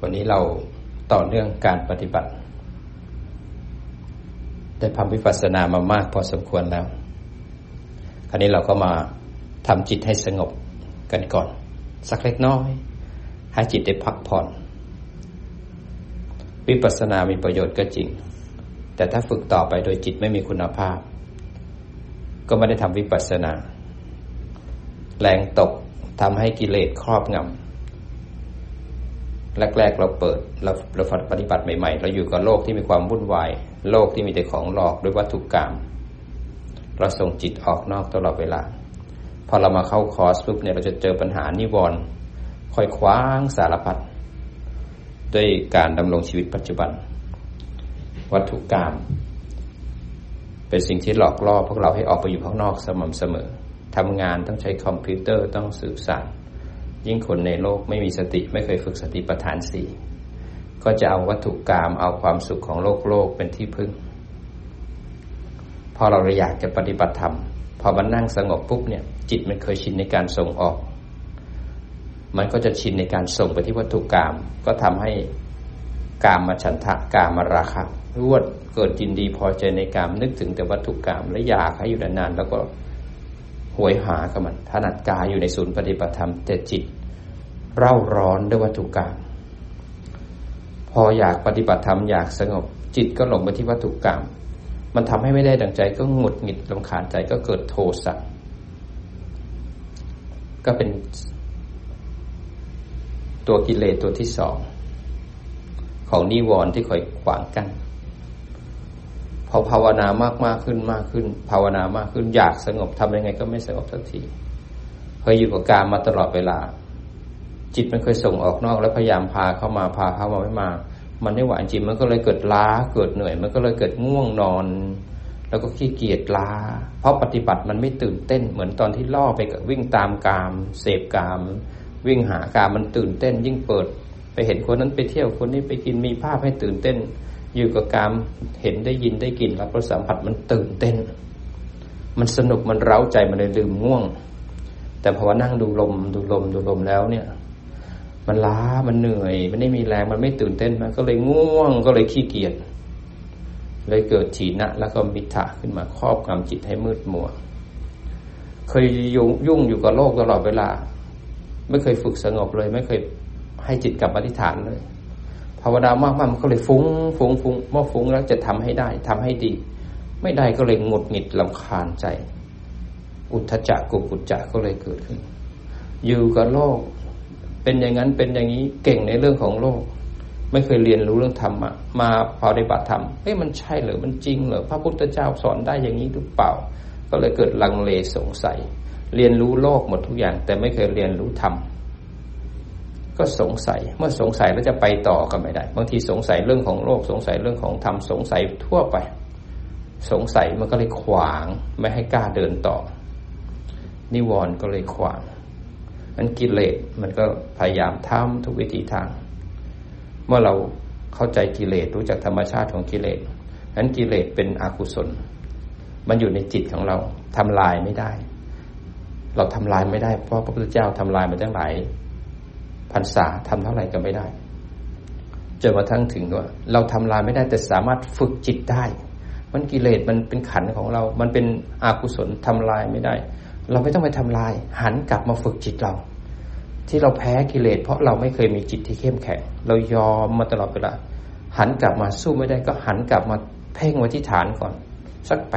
วันนี้เราต่อเนื่องการปฏิบัติได้ทำวิปัสสนามามากพอสมควรแล้วคราวนี้เราก็มาทำจิตให้สงบกันก่อนสักเล็กน้อยให้จิตได้พักผ่อนวิปัสสนามีประโยชน์ก็จริงแต่ถ้าฝึกต่อไปโดยจิตไม่มีคุณภาพก็ไม่ได้ทำวิปัสสนาแรงตกทำให้กิเลสครอบงำแรกๆเราปฏิบัติใหม่ๆเราอยู่กับโลกที่มีความวุ่นวายโลกที่มีแต่ของหลอกด้วยวัตถุกรรมเราส่งจิตออกนอกตลอดเวลาพอเรามาเข้าคอร์สปุ๊บเนี่ยเราจะเจอปัญหานิวรณ์ค่อยคว้างสารพัดด้วยการดำรงชีวิตปัจจุบันวัตถุกรรมเป็นสิ่งที่หลอกล่อพวกเราให้ออกไปอยู่ข้างนอกสม่ำเสมอทำงานต้องใช้คอมพิวเตอร์ต้องสื่อสารยิ่งคนในโลกไม่มีสติไม่เคยฝึกสติปัฏฐานสี่ก็จะเอาวัตถุกรรมเอาความสุขของโลกเป็นที่พึ่งพอเราอยากจะปฏิบัติธรรมพอมันนั่งสงบปุ๊บเนี่ยจิตมันเคยชินในการส่งออกมันก็จะชินในการส่งไปที่วัตถุกรรมก็ทำให้กามฉันทะกามราคะรวดเกิดยินดีพอใจในกามนึกถึงแต่วัตถุกรรมและอยากให้อยู่นานๆแล้วก็หวยหากับมันถนัดกายอยู่ในศูนย์ปฏิบัติธรรมแต่จิตเร่าร้อนด้วยวัตถุกรรมพออยากปฏิบัติธรรมอยากสงบจิตก็หลงไปที่วัตถุกรรมมันทำให้ไม่ได้ดังใจก็หงุดหงิดรำคาญใจก็เกิดโทสะก็เป็นตัวกิเลสตัวที่สองของนิวรณ์ที่คอยขวางกั้นพอภาวนามากขึ้นภาวนามากขึ้นอยากสงบทำยังไงก็ไม่สงบสักทีเคยอยู่กับกามมาตลอดเวลาจิตมันเคยส่งออกนอกแล้วพยายามพาเข้ามาไม่มามันไม่ไหวจริงมันก็เลยเกิดล้าเกิดเหนื่อยมันก็เลยเกิดง่วงนอนแล้วก็ขี้เกียจล้าเพราะปฏิบัติมันไม่ตื่นเต้นเหมือนตอนที่ล่อไปกับวิ่งตามกามเสพกามวิ่งหากามมันตื่นเต้นยิ่งเปิดไปเห็นคนนั้นไปเที่ยวคนนี้ไปกินมีภาพให้ตื่นเต้นอยู่กับกามเห็นได้ยินได้กลิ่นรับรสสัมผัสมันตื่นเต้นมันสนุกมันเร้าใจมันเลยลืมง่วงแต่พอว่านั่งดูลมแล้วเนี่ยมันล้ามันเหนื่อยมันไม่มีแรงมันไม่ตื่นเต้นมันก็เลยง่วงก็เลยขี้เกียจเลยเกิดถีนะแล้วก็มิถะขึ้นมาครอบงำจิตให้มืดมัวเคยยุ่งอยู่กับโลกตลอดเวลาไม่เคยฝึกสงบเลยไม่เคยให้จิตกลับมาที่ฐานเลยภาวนามากๆมันก็เลยฟุ้งเมื่อฟุ้งแล้วจะทำให้ได้ทำให้ดีไม่ได้ก็เลยหงุดหงิดรำคาญใจอุทธัจจะกุกุจจะก็เลยเกิดขึ้นอยู่กับโลกเป็นอย่างนั้นเป็นอย่างนี้เก่งในเรื่องของโลกไม่เคยเรียนรู้เรื่องธรรมะมาปฏิบัติธรรมมันใช่เหรอมันจริงเหรอพระพุทธเจ้าสอนได้อย่างนี้หรือเปล่าก็เลยเกิดลังเลสงสัยเรียนรู้โลกหมดทุกอย่างแต่ไม่เคยเรียนรู้ธรรมก็สงสัยเมื่อสงสัยแล้วจะไปต่อก็ไม่ได้บางทีสงสัยเรื่องของโลกสงสัยเรื่องของธรรมสงสัยทั่วไปสงสัยมันก็เลยขวางไม่ให้กล้าเดินต่อนิวรณ์ก็เลยขวางมันกิเลสมันก็พยายามทำทุกวิธีทางเมื่อเราเข้าใจกิเลสรู้จักธรรมชาติของกิเลสนั้นกิเลสเป็นอกุศลมันอยู่ในจิตของเราทำลายไม่ได้เราทำลายไม่ได้เพราะพระพุทธเจ้าทำลายมาตั้งหลายพรรษาทำเท่าไหร่ก็ไม่ได้จนกระทั่งถึงว่าเราทำลายไม่ได้แต่สามารถฝึกจิตได้มันกิเลสมันเป็นขันธ์ของเรามันเป็นอกุศลทำลายไม่ได้เราไม่ต้องไปทำลายหันกลับมาฝึกจิตเราที่เราแพ้กิเลสเพราะเราไม่เคยมีจิตที่เข้มแข็งเรายอมมาตลอดเวลาหันกลับมาสู้ไม่ได้ก็หันกลับมาเพ่งไว้ที่ฐานก่อนสัก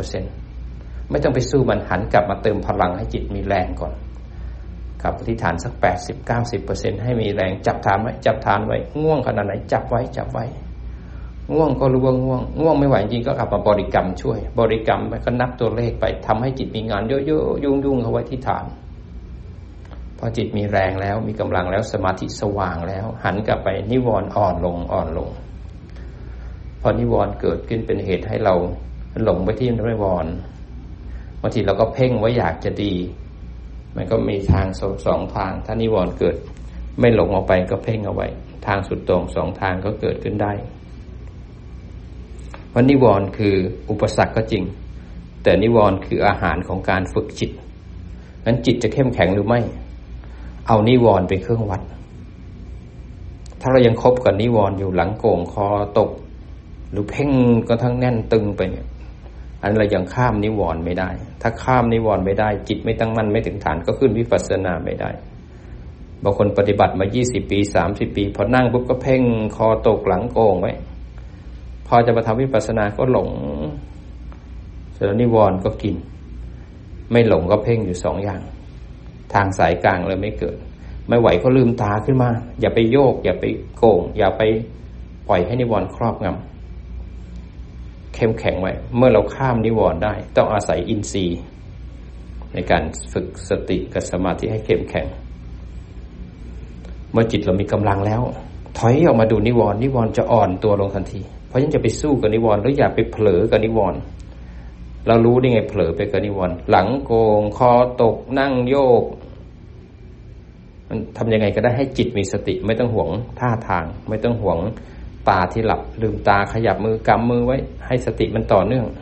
80% ไม่ต้องไปสู้มันหันกลับมาเติมพลังให้จิตมีแรงก่อนกลับไปที่ฐานสัก 80-90% ให้มีแรงจับฐานไว้ง่วงขนาดไหนจับไว้ง่วงก็รู้ว่าง่วงไม่ไหวจริงก็กลับมาบริกรรมช่วยบริกรรมไปก็นับตัวเลขไปทำให้จิตมีงานเยอะๆยุ่งเข้าไว้ที่ฐานพอจิตมีแรงแล้วมีกำลังแล้วสมาธิสว่างแล้วหันกลับไปนิวรณ์อ่อนลงพอนิวรณ์เกิดขึ้นเป็นเหตุให้เราหลงไปที่นิวรณ์บางทีเราก็เพ่งไว้อยากจะดีมันก็มีทางสองทางถ้านิวรณ์เกิดไม่หลงออกไปก็เพ่งเอาไว้ทางสุดตรงสองทางก็เกิดขึ้นได้เพราะนิวรณ์คืออุปสรรคก็จริงแต่นิวรณ์คืออาหารของการฝึกจิตงั้นจิตจะเข้มแข็งหรือไม่เอานิวรณ์เป็นเครื่องวัดถ้าเรายังคบกับนิวรณ์อยู่หลังโก่งคอตกหรือเพ่งก็ทั้งแน่นตึงไปเนี่ยอันเรายังข้ามนิวรณ์ไม่ได้ถ้าข้ามนิวรณ์ไม่ได้จิตไม่ตั้งมั่นไม่ถึงฐานก็ขึ้นวิปัสสนาไม่ได้บางคนปฏิบัติมา20ปี30ปีพอนั่งปุ๊บก็เพ่งคอตกหลังโก่งไว้พอจะมาทำวิปัสสนาก็หลงเสร็จแล้วนิวรณ์ก็กินไม่หลงก็เพ่งอยู่2อย่างทางสายกลางเลยไม่เกิดไม่ไหวก็ลืมตาขึ้นมาอย่าไปโยกอย่าไปโก่งอย่าไปปล่อยให้นิวรณ์ครอบงำเข้มแข็งไว้เมื่อเราข้ามนิวรณ์ได้ต้องอาศัยอินทรีย์ในการฝึกสติกับสมาธิให้เข้มแข็งเมื่อจิตเรามีกำลังแล้วถอยออกมาดูนิวรณ์นิวรณ์จะอ่อนตัวลงทันทีเพราะฉะนั้นจะไปสู้กับนิวรณ์หรืออย่าไปเผลอกับนิวรณ์เรารู้ได้ไงเผลอไปกับนิวรณ์หลังโกงคอตกนั่งโยกมันทำยังไงก็ได้ให้จิตมีสติไม่ต้องห่วงท่าทางไม่ต้องห่วงตาที่หลับลืมตาขยับมือกำมือไว้ให้สติมันต่อเนื่อง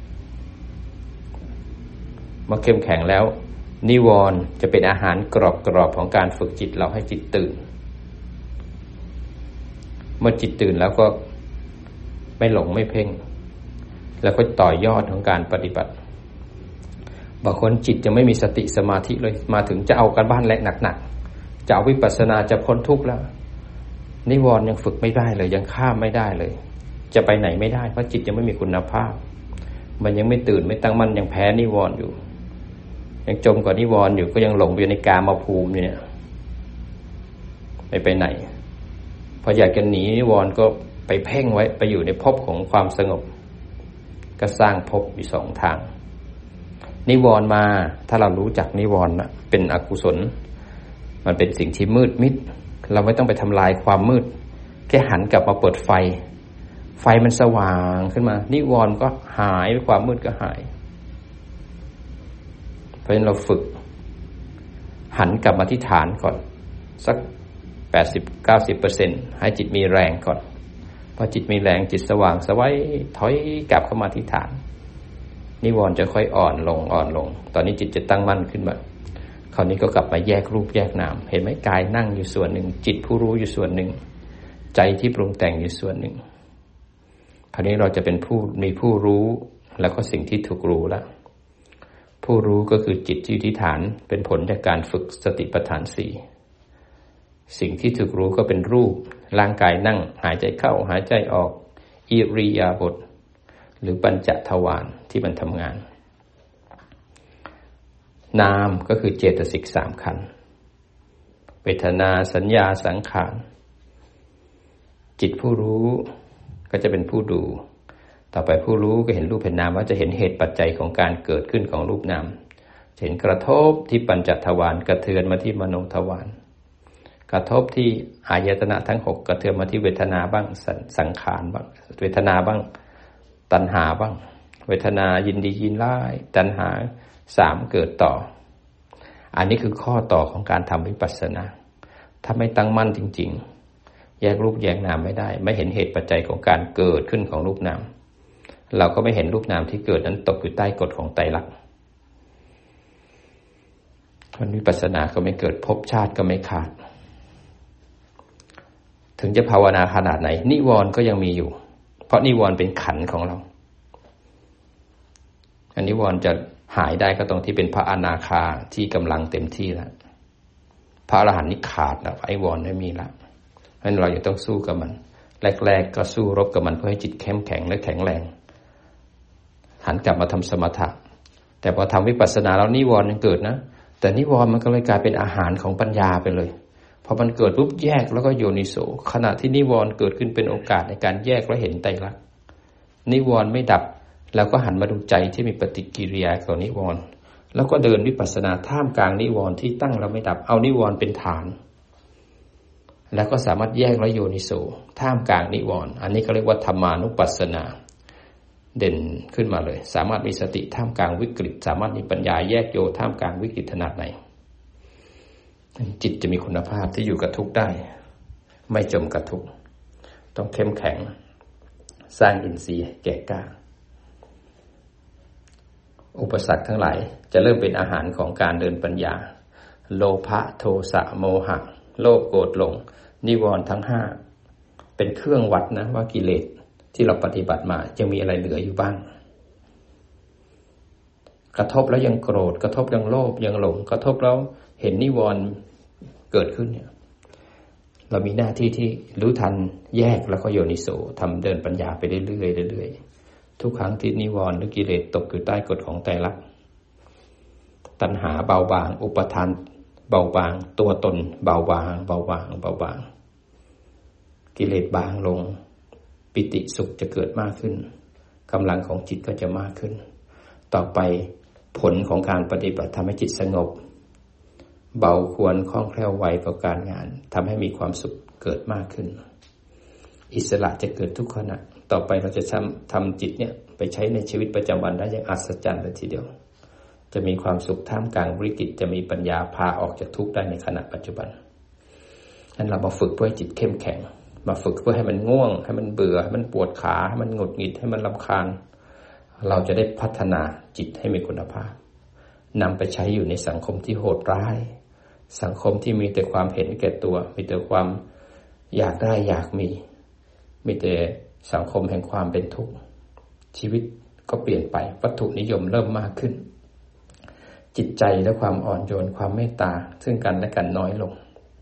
มาเข้มแข็งแล้วนิวรณ์จะเป็นอาหารกรอบๆของการฝึกจิตเราให้จิตตื่นเมื่อจิตตื่นแล้วก็ไม่หลงไม่เพ่งแล้วก็ต่อยอดของการปฏิบัติบางคนจิตยังไม่มีสติสมาธิเลยมาถึงจะเอาการบ้านแรกหนักๆจะเอาวิปัสสนาจะพ้นทุกข์แล้วนิวรณ์ยังฝึกไม่ได้เลยยังข้ามไม่ได้เลยจะไปไหนไม่ได้เพราะจิตยังไม่มีคุณภาพมันยังไม่ตื่นไม่ตั้งมั่นยังแพ้นิวรณ์อยู่ยังจมกับนิวรณ์อยู่ก็ยังหลงอยู่ในกามภูมิเนี่ยไม่ไปไหนพออยากจะหนีนิวรณ์ก็ไปเพ่งไว้ไปอยู่ในภพของความสงบก็สร้างภพอยู่2ทางนิวรณ์มาถ้าเรารู้จักนิวรณ์นะเป็นอกุศลมันเป็นสิ่งที่มืดมิดเราไม่ต้องไปทำลายความมืดแค่หันกลับมาเปิดไฟมันสว่างขึ้นมานิวรณ์ก็หายความมืดก็หายเพราะฉะนั้นเราฝึกหันกลับมาที่ฐานก่อนสัก 80-90% ให้จิตมีแรงก่อนพอจิตมีแรงจิตสว่างสวัยถอยกลับเข้ามาที่ฐานนิวรณ์จะค่อยอ่อนลงตอนนี้จิตจะตั้งมั่นขึ้นมาคราวนี้ก็กลับมาแยกรูปแยกนามเห็นไหมกายนั่งอยู่ส่วนหนึ่งจิตผู้รู้อยู่ส่วนหนึ่งใจที่ปรุงแต่งอยู่ส่วนหนึ่งคราวนี้เราจะเป็นมีผู้รู้แล้วก็สิ่งที่ถูกรู้แล้วผู้รู้ก็คือจิตที่อยู่ที่ฐานเป็นผลจากการฝึกสติปัฏฐาน4สิ่งที่ถูกรู้ก็เป็นรูปร่างกายนั่งหายใจเข้าหายใจออกอิริยาบถหรือปัญจทวารที่มันทำงานนามก็คือเจตสิก3ขันธ์เวทนาสัญญาสังขารจิตผู้รู้ก็จะเป็นผู้ดูต่อไปผู้รู้ก็เห็นรูปเห็นนามว่าจะเห็นเหตุปัจจัยของการเกิดขึ้นของรูปนามเห็นกระทบที่ปัญจทวารกระเทือนมาที่มโนทวารกระทบที่อายตนะทั้ง6กระเทือนมาที่เวทนาบ้างสังขารบ้างเวทนาบ้างตัณหาบ้างเวทนายินดียินร้ายตัณหา3เกิดต่ออันนี้คือข้อต่อของการทำวิปัสสนาถ้าไม่ตั้งมั่นจริงๆแยกรูปแยกนามไม่ได้ไม่เห็นเหตุปัจจัยของการเกิดขึ้นของรูปนามเราก็ไม่เห็นรูปนามที่เกิดนั้นตกอยู่ใต้กฎของไตรลักษณ์มันวิปัสสนาก็ไม่เกิดภพชาติก็ไม่ขาดถึงจะภาวนาขนาดไหนนิวรณ์ก็ยังมีอยู่เพราะนิวรณ์เป็นขันธ์ของเราอันนิวรณ์จะหายได้ก็ตรงที่เป็นพระอนาคาที่กำลังเต็มที่แล้วพระอรหันต์นี่ขาดแล้วไอ้วรณ์ไม่มีแล้วเพราะฉะนั้นเราจะต้องสู้กับมันแรกๆก็สู้รบกับมันเพื่อให้จิตเข้มแข็งและแข็งแรงหันกลับมาทำสมถะแต่พอทำวิปัสสนาแล้วนิวรณ์ยังเกิดนะแต่นิวรณ์มันก็เลยกลายเป็นอาหารของปัญญาไปเลยพอมันเกิดปุ๊บแยกแล้วก็โยนิโสขณะที่นิวรณ์เกิดขึ้นเป็นโอกาสในการแยกและเห็นไตรลักษณ์นิวรณ์ไม่ดับแล้วก็หันมาดูใจที่มีปฏิกิริยากับนิวรณ์แล้วก็เดินวิปัสสนาท่ามกลางนิวรณ์ที่ตั้งแล้วไม่ดับเอานิวรณ์เป็นฐานแล้วก็สามารถแยกและโยนิโสท่ามกลางนิวรณ์อันนี้เขาเรียกว่าธรรมานุปัสสนาเด่นขึ้นมาเลยสามารถมีสติท่ามกลางวิกฤตสามารถมีปัญญาแยกโยท่ามกลางวิกฤตขนาดไหนจิตจะมีคุณภาพที่อยู่กับทุกข์ได้ไม่จมกับทุกข์ต้องเข้มแข็งสร้างอินทรีย์แก่กล้าอุปสรรคทั้งหลายจะเริ่มเป็นอาหารของการเดินปัญญาโลภะโทสะโมหะโลภโกรธหลงนิวรณ์ทั้ง5เป็นเครื่องวัดนะว่ากิเลสที่เราปฏิบัติมาจะมีอะไรเหลืออยู่บ้างกระทบแล้วยังโกรธกระทบยังโลภยังหลงกระทบแล้วเห็นนิวรณ์เกิดขึ้นเนี่ยเรามีหน้าที่ที่รู้ทันแยกแล้วก็โยนิโสทำเดินปัญญาไปเรื่อยๆเรื่อยๆทุกครั้งที่นิวรณ์หรือกิเลสตกอยู่ใต้กฎของไตรลักษณ์ตัณหาเบาบางอุปทานเบาบางตัวตนเบาบางกิเลสบางลงปิติสุขจะเกิดมากขึ้นกำลังของจิตก็จะมากขึ้นต่อไปผลของการปฏิบัติทำให้จิตสงบเบาควรคล่องแคล่วไวต่อการงานทำให้มีความสุขเกิดมากขึ้นอิสระจะเกิดทุกขณะต่อไปเราจะทำจิตเนี่ยไปใช้ในชีวิตประจำวันได้อย่างอัศจรรย์เลยทีเดียวจะมีความสุขท่ามกลางวิกฤตจะมีปัญญาพาออกจากทุกข์ได้ในขณะปัจจุบันนั้นเรามาฝึกเพื่อให้จิตเข้มแข็งมาฝึกเพื่อให้มันง่วงให้มันเบื่อให้มันปวดขาให้มันหงุดหงิดให้มันรำคาญเราจะได้พัฒนาจิตให้มีคุณภาพนำไปใช้อยู่ในสังคมที่โหดร้ายสังคมที่มีแต่ความเห็นแก่ตัวมีแต่ความอยากได้อยากมีแต่สังคมแห่งความเป็นทุกข์ชีวิตก็เปลี่ยนไปวัตถุนิยมเริ่มมากขึ้นจิตใจและความอ่อนโยนความเมตตาซึ่งกันและกันน้อยลง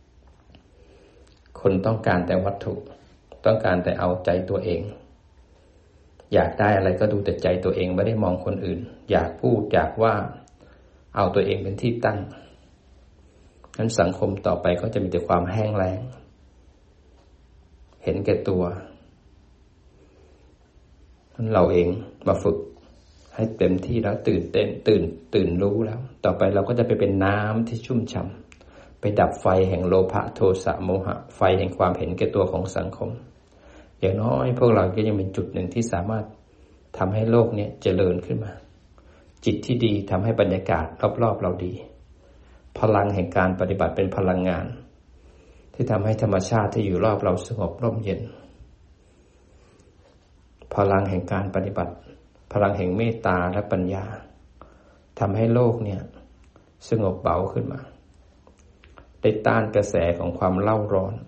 คนต้องการแต่วัตถุต้องการแต่เอาใจตัวเองอยากได้อะไรก็ดูแต่ใจตัวเองไม่ได้มองคนอื่นอยากพูดอยากว่าเอาตัวเองเป็นที่ตั้งนั้นสังคมต่อไปก็จะมีแต่ความแห้งแล้งเห็นแก่ตัวนั้นเราเองมาฝึกให้เต็มที่แล้วตื่นรู้แล้วต่อไปเราก็จะไปเป็นน้ำที่ชุ่มฉ่ำไปดับไฟแห่งโลภะโทสะโมหะไฟแห่งความเห็นแก่ตัวของสังคมอย่างน้อยพวกเราก็ยังเป็นจุดหนึ่งที่สามารถทำให้โลกนี้เจริญขึ้นมาจิตที่ดีทำให้บรรยากาศรอบๆเราดีพลังแห่งการปฏิบัติเป็นพลังงานที่ทำให้ธรรมชาติที่อยู่รอบเราสงบร่มเย็นพลังแห่งการปฏิบัติพลังแห่งเมตตาและปัญญาทำให้โลกเนี่ยสงบเบาขึ้นมาได้ต้านกระแสของความเล่าร้อน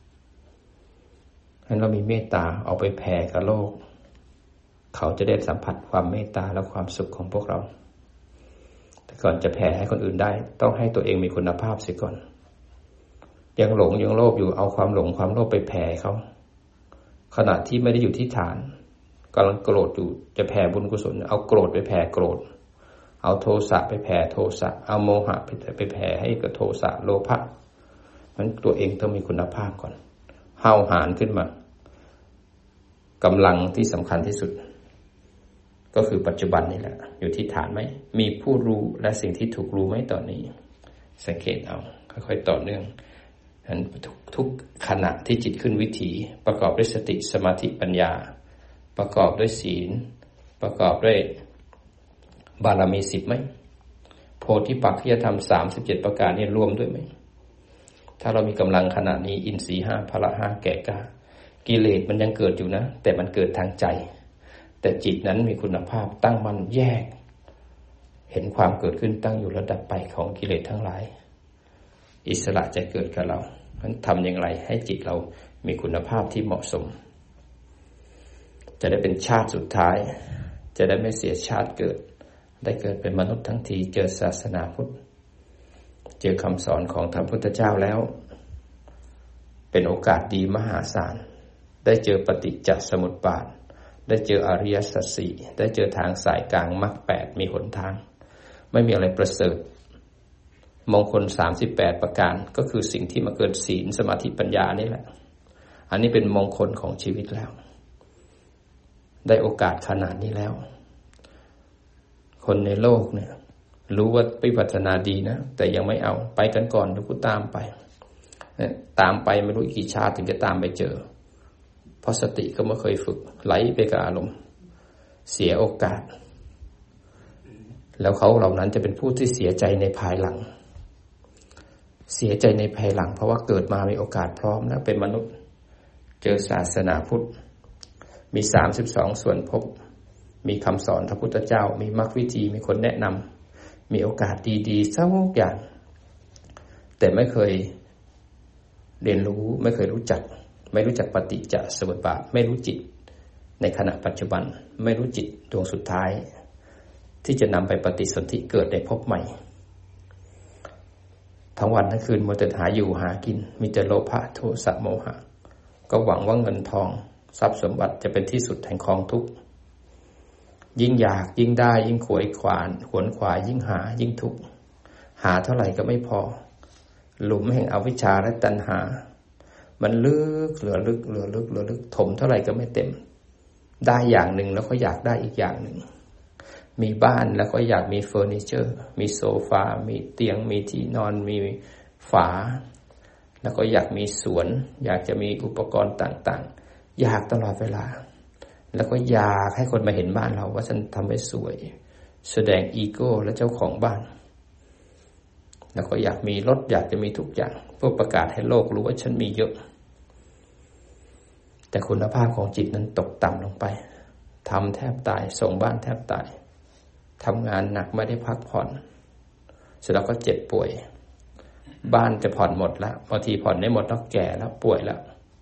ให้เรามีเมตตาเอาไปแผ่กับโลกเขาจะได้สัมผัสความเมตตาและความสุขของพวกเราแต่ก่อนจะแผ่ให้คนอื่นได้ต้องให้ตัวเองมีคุณภาพเสียก่อนยังหลงยังโลภอยู่เอาความหลงความโลภไปแผ่เขาขณะที่ไม่ได้อยู่ที่ฐานกำลังโกรธอยู่จะแผ่บุญกุศลเอาโกรธไปแผ่โกรธเอาโทสะไปแผ่โทสะเอาโมหะไปแผ่ให้กับโทสะโลภะมันตัวเองต้องมีคุณภาพก่อนห้าวหาญขึ้นมากำลังที่สำคัญที่สุดก็คือปัจจุบันนี่แหละอยู่ที่ฐานไหมมีผู้รู้และสิ่งที่ถูกรู้ไหมตอนนี้สังเกตเอาค่อยๆต่อเนื่องทุกขณะที่จิตขึ้นวิถีประกอบด้วยสติสมาธิปัญญาประกอบด้วยศีลประกอบด้วยบารมี10ไหมโพธิปักขิยธรรม37ประการนี่รวมด้วยไหมถ้าเรามีกำลังขนาดนี้อินทรีย์5พละ5แก่กล้ากิเลสมันยังเกิดอยู่นะแต่มันเกิดทางใจแต่จิตนั้นมีคุณภาพตั้งมั่นแยกเห็นความเกิดขึ้นตั้งอยู่ระดับไปของกิเลสทั้งหลายอิสระจะเกิดกับเรานั้นทำอย่างไรให้จิตเรามีคุณภาพที่เหมาะสมจะได้เป็นชาติสุดท้ายจะได้ไม่เสียชาติเกิดได้เกิดเป็นมนุษย์ทั้งทีเจอศาสนาพุทธเจอคำสอนของพระพุทธเจ้าแล้วเป็นโอกาสดีมหาศาลได้เจอปฏิจจสมุปบาทได้เจออริยสัจสี่ได้เจอทางสายกลางมรรค8มีหนทางไม่มีอะไรประเสริฐมงคล38ประการก็คือสิ่งที่มาเกิดศีลสมาธิปัญญานี่แหละอันนี้เป็นมงคลของชีวิตแล้วได้โอกาสขนาดนี้แล้วคนในโลกเนี่ยรู้ว่าวิปัสสนาดีนะแต่ยังไม่เอาไปกันก่อนเดี๋ยวกูตามไปไม่รู้กี่ชาติถึงจะตามไปเจอเพราะสติก็ไม่เคยฝึกไหลไปกับอารมณ์เสียโอกาสแล้วเขาเหล่านั้นจะเป็นผู้ที่เสียใจในภายหลังเสียใจในภายหลังเพราะว่าเกิดมามีโอกาสพร้อมแล้วเป็นมนุษย์เจอศาสนาพุทธมี32ส่วนภพมีคำสอนพระพุทธเจ้ามีมรรควิธีมีคนแนะนำมีโอกาสดีๆสักอย่างแต่ไม่เคยเรียนรู้ไม่เคยรู้จักปฏิจจสมุปบาทไม่รู้จิตในขณะปัจจุบันไม่รู้จิตดวงสุดท้ายที่จะนำไปปฏิสนธิเกิดในภพใหม่ทั้งวันทั้งคืนมัวแต่หาอยู่หากินมีแต่โลภะโทสะโมหะก็หวังว่าเงินทองทรัพย์สมบัติจะเป็นที่สุดแห่งกองทุกข์ยิ่งอยากยิ่งได้ยิ่งขวนขวายยิ่งหายิ่งทุกข์หาเท่าไหร่ก็ไม่พอหลุมแห่งอวิชชาและตัณหามันลึกเหลือลึกถมเท่าไหร่ก็ไม่เต็มได้อย่างหนึ่งแล้วก็อยากได้อีกอย่างหนึ่งมีบ้านแล้วก็อยากมีเฟอร์นิเจอร์มีโซฟามีเตียงมีที่นอนมีฝาแล้วก็อยากมีสวนอยากจะมีอุปกรณ์ต่างๆอยากตลอดเวลาแล้วก็อยากให้คนมาเห็นบ้านเราว่าฉันทำให้สวยแสดงอีโก้และเจ้าของบ้านแล้วก็อยากมีรถอยากจะมีทุกอย่างเพื่อประกาศให้โลกรู้ว่าฉันมีเยอะแต่คุณภาพของจิตนั้นตกต่ำลงไปทำแทบตายส่งบ้านแทบตายทำงานหนักไม่ได้พักผ่อนเสร็จแล้วก็เจ็บป่วยบ้านจะผ่อนหมดแล้วบางทีผ่อนไม่หมดแล้วแก่แล้วป่วยแล้ว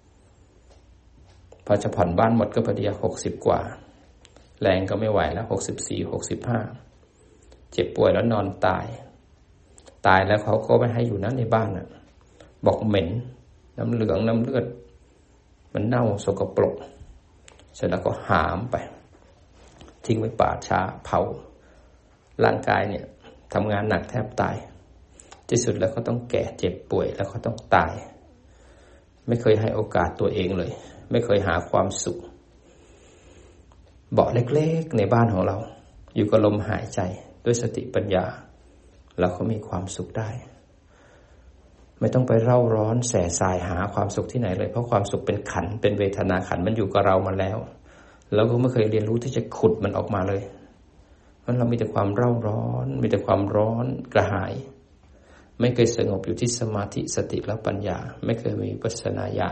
พอจะผ่อนบ้านหมดก็พอดี60 กว่าแรงก็ไม่ไหวแล้ว64 65เจ็บป่วยแล้วนอนตายแล้วเขาก็ไม่ให้อยู่นั้นในบ้านบอกเหม็นน้ำเหลืองน้ำเลือดมันเน่าสกปรกเสร็จแล้วก็หามไปทิ้งไว้ป่าช้าเผาร่างกายเนี่ยทำงานหนักแทบตายที่สุดแล้วก็ต้องแก่เจ็บป่วยแล้วก็ต้องตายไม่เคยให้โอกาสตัวเองเลยไม่เคยหาความสุขเบาะเล็กๆในบ้านของเราอยู่กับลมหายใจด้วยสติปัญญาเราก็มีความสุขได้ไม่ต้องไปเร่าร้อนแสสายหาความสุขที่ไหนเลยเพราะความสุขเป็นขันธ์เป็นเวทนาขันธ์มันอยู่กับเรามาแล้วเราก็ไม่เคยเรียนรู้ที่จะขุดมันออกมาเลยเพราะเรามีแต่ความเร่าร้อนมีแต่ความร้อนกระหายไม่เคยสงบอยู่ที่สมาธิสติและปัญญาไม่เคยมีวิปัสสนาญาณ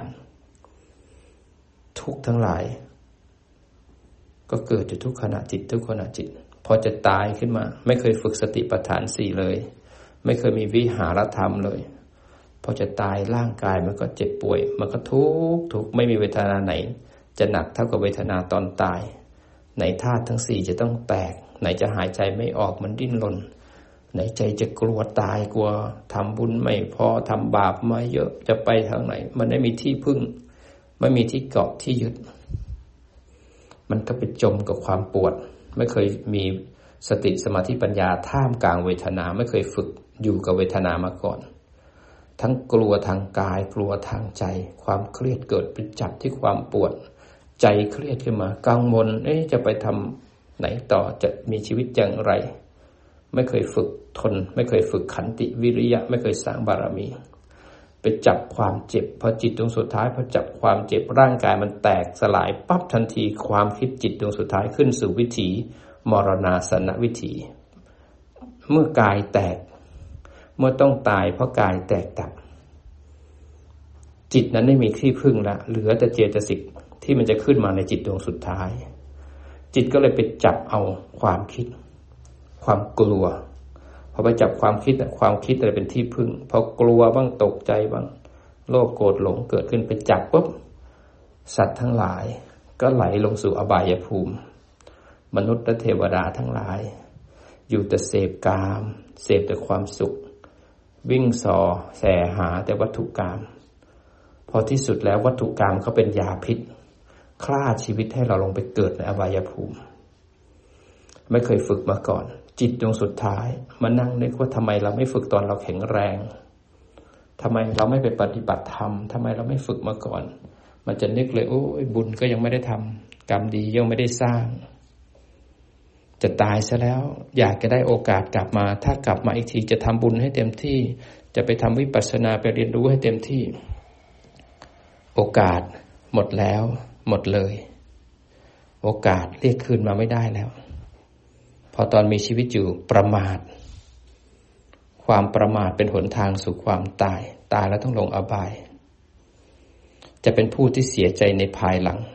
ทุกทั้งหลายก็เกิดอยู่ทุกขณะจิตพอจะตายขึ้นมาไม่เคยฝึกสติปัฏฐาน4เลยไม่เคยมีวิหารธรรมเลยพอจะตายร่างกายมันก็เจ็บป่วยมันก็ทุกข์ไม่มีเวทนาไหนจะหนักเท่ากับเวทนาตอนตายไหนธาตุทั้ง4จะต้องแตกไหนจะหายใจไม่ออกมันดิ้นรนไหนใจจะกลัวตายกลัวทำบุญไม่พอทำบาปมาเยอะจะไปทางไหนมันไม่มีที่พึ่งไม่มีที่เกาะที่ยึดมันก็ไปจมกับความปวดไม่เคยมีสติสมาธิปัญญาท่ามกลางเวทนาไม่เคยฝึกอยู่กับเวทนามาก่อนทั้งกลัวทางกายกลัวทางใจความเครียดเกิดไปจับที่ความปวดใจเครียดขึ้นมากังวลจะไปทำไหนต่อจะมีชีวิตอย่างไรไม่เคยฝึกทนไม่เคยฝึกขันติวิริยะไม่เคยสร้างบารมีไปจับความเจ็บพอจิตดวงสุดท้ายพอจับความเจ็บร่างกายมันแตกสลายปั๊บทันทีความคิดจิตดวงสุดท้ายขึ้นสู่วิถีมรณาสนวิถีเมื่อกายแตกเมื่อต้องตายเพราะกายแตกดับจิตนั้นไม่มีที่พึ่งละเหลือแต่เจตสิกที่มันจะขึ้นมาในจิตดวงสุดท้ายจิตก็เลยไปจับเอาความคิดความกลัวพอไปจับความคิดอะไรเป็นที่พึ่งพอกลัวบ้างตกใจบ้างโลภโกรธหลงเกิดขึ้นไปจับปุ๊บสัตว์ทั้งหลายก็ไหลลงสู่อบายภูมิมนุษย์และเทวดาทั้งหลายอยู่แต่เสพกามเสพแต่ความสุขวิ่งส่อแสหาแต่วัตถุกามพอที่สุดแล้ววัตถุกามเขาเป็นยาพิษฆ่าชีวิตให้เราลงไปเกิดในอบายภูมิไม่เคยฝึกมาก่อนจิตดวงสุดท้ายมานั่งนึกว่าทำไมเราไม่ฝึกตอนเราแข็งแรงทำไมเราไม่ไปปฏิบัติธรรมทำไมเราไม่ฝึกมาก่อนมันจะนึกเลยโอ้ยบุญก็ยังไม่ได้ทำกรรมดียังไม่ได้สร้างจะตายซะแล้วอยากจะได้โอกาสกลับมาถ้ากลับมาอีกทีจะทำบุญให้เต็มที่จะไปทำวิปัสสนาไปเรียนรู้ให้เต็มที่โอกาสหมดแล้วหมดเลยโอกาสเรียกคืนมาไม่ได้แล้วพอตอนมีชีวิตอยู่ประมาทความประมาทเป็นหนทางสู่ความตายแล้วต้องลงอบายจะเป็นผู้ที่เสียใจในภายหลัง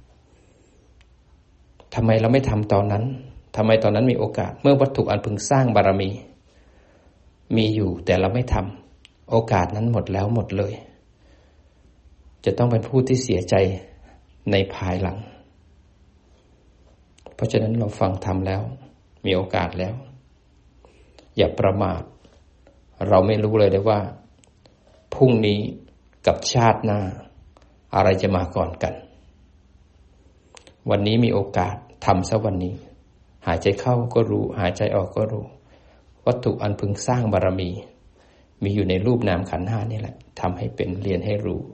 ทำไมเราไม่ทำตอนนั้นทำไมตอนนั้นมีโอกาสเมื่อวัตถุอันพึงสร้างบารมีอยู่แต่เราไม่ทำโอกาสนั้นหมดแล้วหมดเลยจะต้องเป็นผู้ที่เสียใจในภายหลังเพราะฉะนั้นเราฟังธรรมแล้วมีโอกาสแล้วอย่าประมาทเราไม่รู้เลยว่าพรุ่งนี้กับชาติหน้าอะไรจะมาก่อนกันวันนี้มีโอกาสทำซะวันนี้หายใจเข้าก็รู้หายใจออกก็รู้วัตถุอันพึงสร้างบารมีมีอยู่ในรูปนามขันธ์ห้านี่แหละทำให้เป็นเรียนให้รู้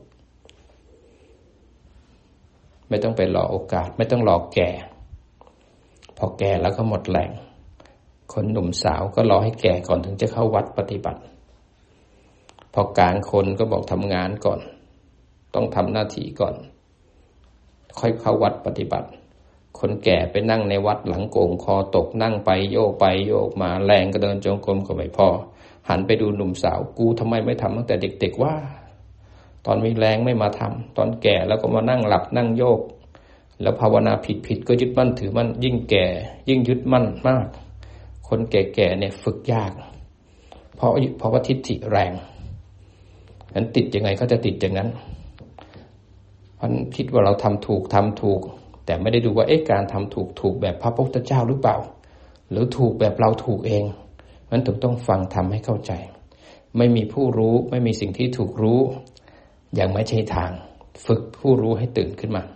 ไม่ต้องไปรอโอกาสไม่ต้องรอแก่พอแก่แล้วก็หมดแรงคนหนุ่มสาวก็รอให้แก่ก่อนถึงจะเข้าวัดปฏิบัติพอกลางคนก็บอกทำงานก่อนต้องทำหน้าที่ก่อนค่อยเข้าวัดปฏิบัติคนแก่ไปนั่งในวัดหลังโก่งคอตกนั่งไปโยกมาแรงก็เดินจงกรมก็ไม่พอหันไปดูหนุ่มสาวกูทำไมไม่ทำตั้งแต่เด็กๆว่าตอนมีแรงไม่มาทำตอนแก่แล้วก็มานั่งหลับนั่งโยกแล้วภาวนาผิดก็ยึดมั่นถือมั่นยิ่งแก่ยิ่งยึดมั่นมากคนแก่ๆเนี่ยฝึกยากเพราะว่าทิฏฐิแรงงั้นติดยังไงเขาจะติดอย่างนั้นมันคิดว่าเราทำถูกแต่ไม่ได้ดูว่าการทำถูกแบบพระพุทธเจ้าหรือเปล่าหรือถูกแบบเราถูกเองมันต้องฟังทำให้เข้าใจไม่มีผู้รู้ไม่มีสิ่งที่ถูกรู้ยังไม่ใช่ทางฝึกผู้รู้ให้ตื่นขึ้นมา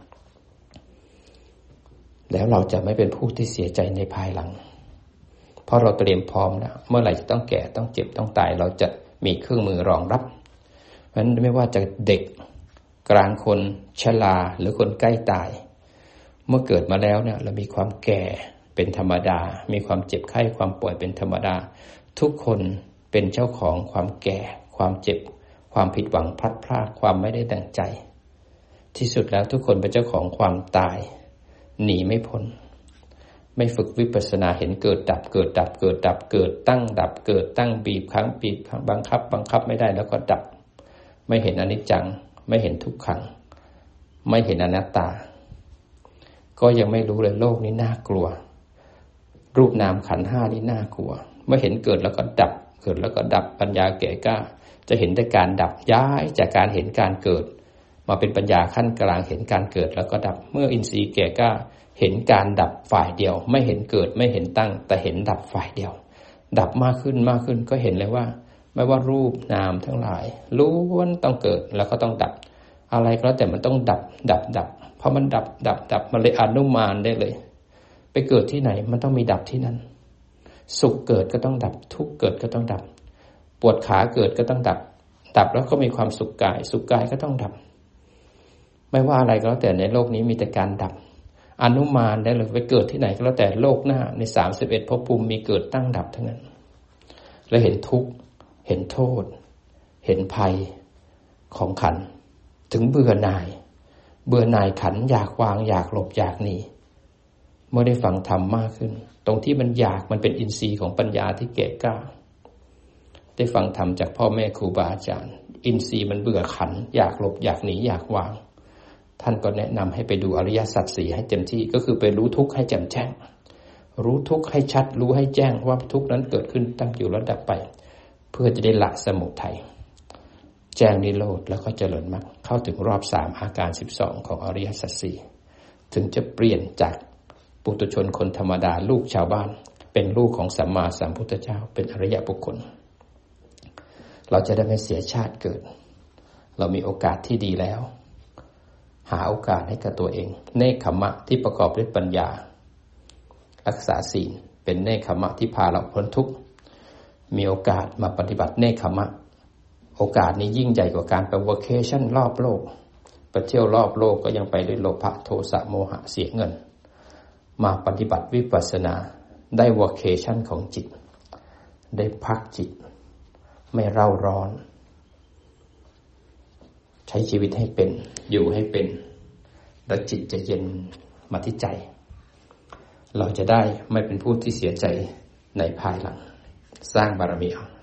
แล้วเราจะไม่เป็นผู้ที่เสียใจในภายหลังเพราะเราเตรียมพร้อมแล้วเมื่อไหร่จะต้องแก่ต้องเจ็บต้องตายเราจะมีเครื่องมือรองรับเพราะฉะนั้นไม่ว่าจะเด็กกลางคนชราหรือคนใกล้ตายเมื่อเกิดมาแล้วเนี่ยเรามีความแก่เป็นธรรมดามีความเจ็บไข้ความป่วยเป็นธรรมดาทุกคนเป็นเจ้าของความแก่ความเจ็บความผิดหวังพลัดพรากความไม่ได้ดังใจที่สุดแล้วทุกคนเป็นเจ้าของความตายหนีไม่พ้นไม่ฝึกวิปัสสนาเห็นเกิดดับเกิดดับเกิดดับเกิดตั้งดับเกิดตั้งบีบคั้งบังคับไม่ได้แล้วก็ดับไม่เห็นอนิจจังไม่เห็นทุกขังไม่เห็นอนัตตาก็ยังไม่รู้เลยโลกนี้น่ากลัวรูปนามขันธ์ห้านี่น่ากลัวเมื่อเห็นเกิดแล้วก็ดับเกิดแล้วก็ดับปัญญาแก่กล้าจะเห็นแต่การดับย้ายจากการเห็นการเกิดมาเป็นปัญญาขั้นกลางเห็นการเกิดแล้วก็ดับเมื่ออินทรีย์แก่กล้าเห็นการดับฝ่ายเดียวไม่เห็นเกิดไม่เห็นตั้งแต่เห็นดับฝ่ายเดียวดับมากขึ้นก็เห็นเลยว่าไม่ว่ารูปนามทั้งหลายล้วนต้องเกิดแล้วก็ต้องดับอะไรก็แล้วแต่มันต้องดับเพราะมันดับมันเลยอนุมานได้เลยไปเกิดที่ไหนมันต้องมีดับที่นั่นสุขเกิดก็ต้องดับทุกข์เกิดก็ต้องดับปวดขาเกิดก็ต้องดับแล้วก็มีความสุขกายก็ต้องดับไม่ว่าอะไรก็แล้วแต่ในโลกนี้มีแต่การดับอนุมานได้เลยไปเกิดที่ไหนก็แล้วแต่โลกหน้าใน31ภพภูมิมีเกิดตั้งดับทั้งนั้นแล้วเห็นทุกข์เห็นโทษเห็นภัยของขันธ์ถึงเบื่อหน่ายขันธ์อยากวางอยากหลบอยากหนีเมื่อได้ฟังธรรมมากขึ้นตรงที่มันอยากมันเป็นอินทรีย์ของปัญญาที่แก่กล้าได้ฟังธรรมจากพ่อแม่ครูบาอาจารย์อินทรีย์มันเบื่อขันธ์อยากหลบอยากหนีอยากวางท่านก็แนะนำให้ไปดูอริยสัจสี่ให้เต็มที่ก็คือไปรู้ทุกข์ให้แจ่มแจ้งรู้ทุกข์ให้ชัดรู้ให้แจ้งว่าทุกข์นั้นเกิดขึ้นตั้งอยู่แล้วดับไปเพื่อจะได้ละสมุทัยแจ้งนิโรธแล้วก็เจริญมรรคเข้าถึงรอบ3อาการ12ของอริยสัจสี่ถึงจะเปลี่ยนจากปุถุชนคนธรรมดาลูกชาวบ้านเป็นลูกของสัมมาสัมพุทธเจ้าเป็นอริยบุคคลเราจะได้ไม่เสียชาติเกิดเรามีโอกาสที่ดีแล้วหาโอกาสให้กับตัวเองเนกขัมมะที่ประกอบด้วยปัญญารักษาศีลเป็นเนกขัมมะที่พาเราพ้นทุกข์มีโอกาสมาปฏิบัติเนกขัมมะโอกาสนี้ยิ่งใหญ่กว่าการไปวอเคชั่นรอบโลกไปเที่ยวรอบโลกก็ยังไปด้วยโลภะโทสะโมหะเสียเงินมาปฏิบัติวิปัสสนาได้วอเคชั่นของจิตได้พักจิตไม่เร่าร้อนใช้ชีวิตให้เป็นอยู่ให้เป็นแล้วจิตจะเย็นมาที่ใจเราจะได้ไม่เป็นผู้ที่เสียใจในภายหลังสร้างบารมีเอา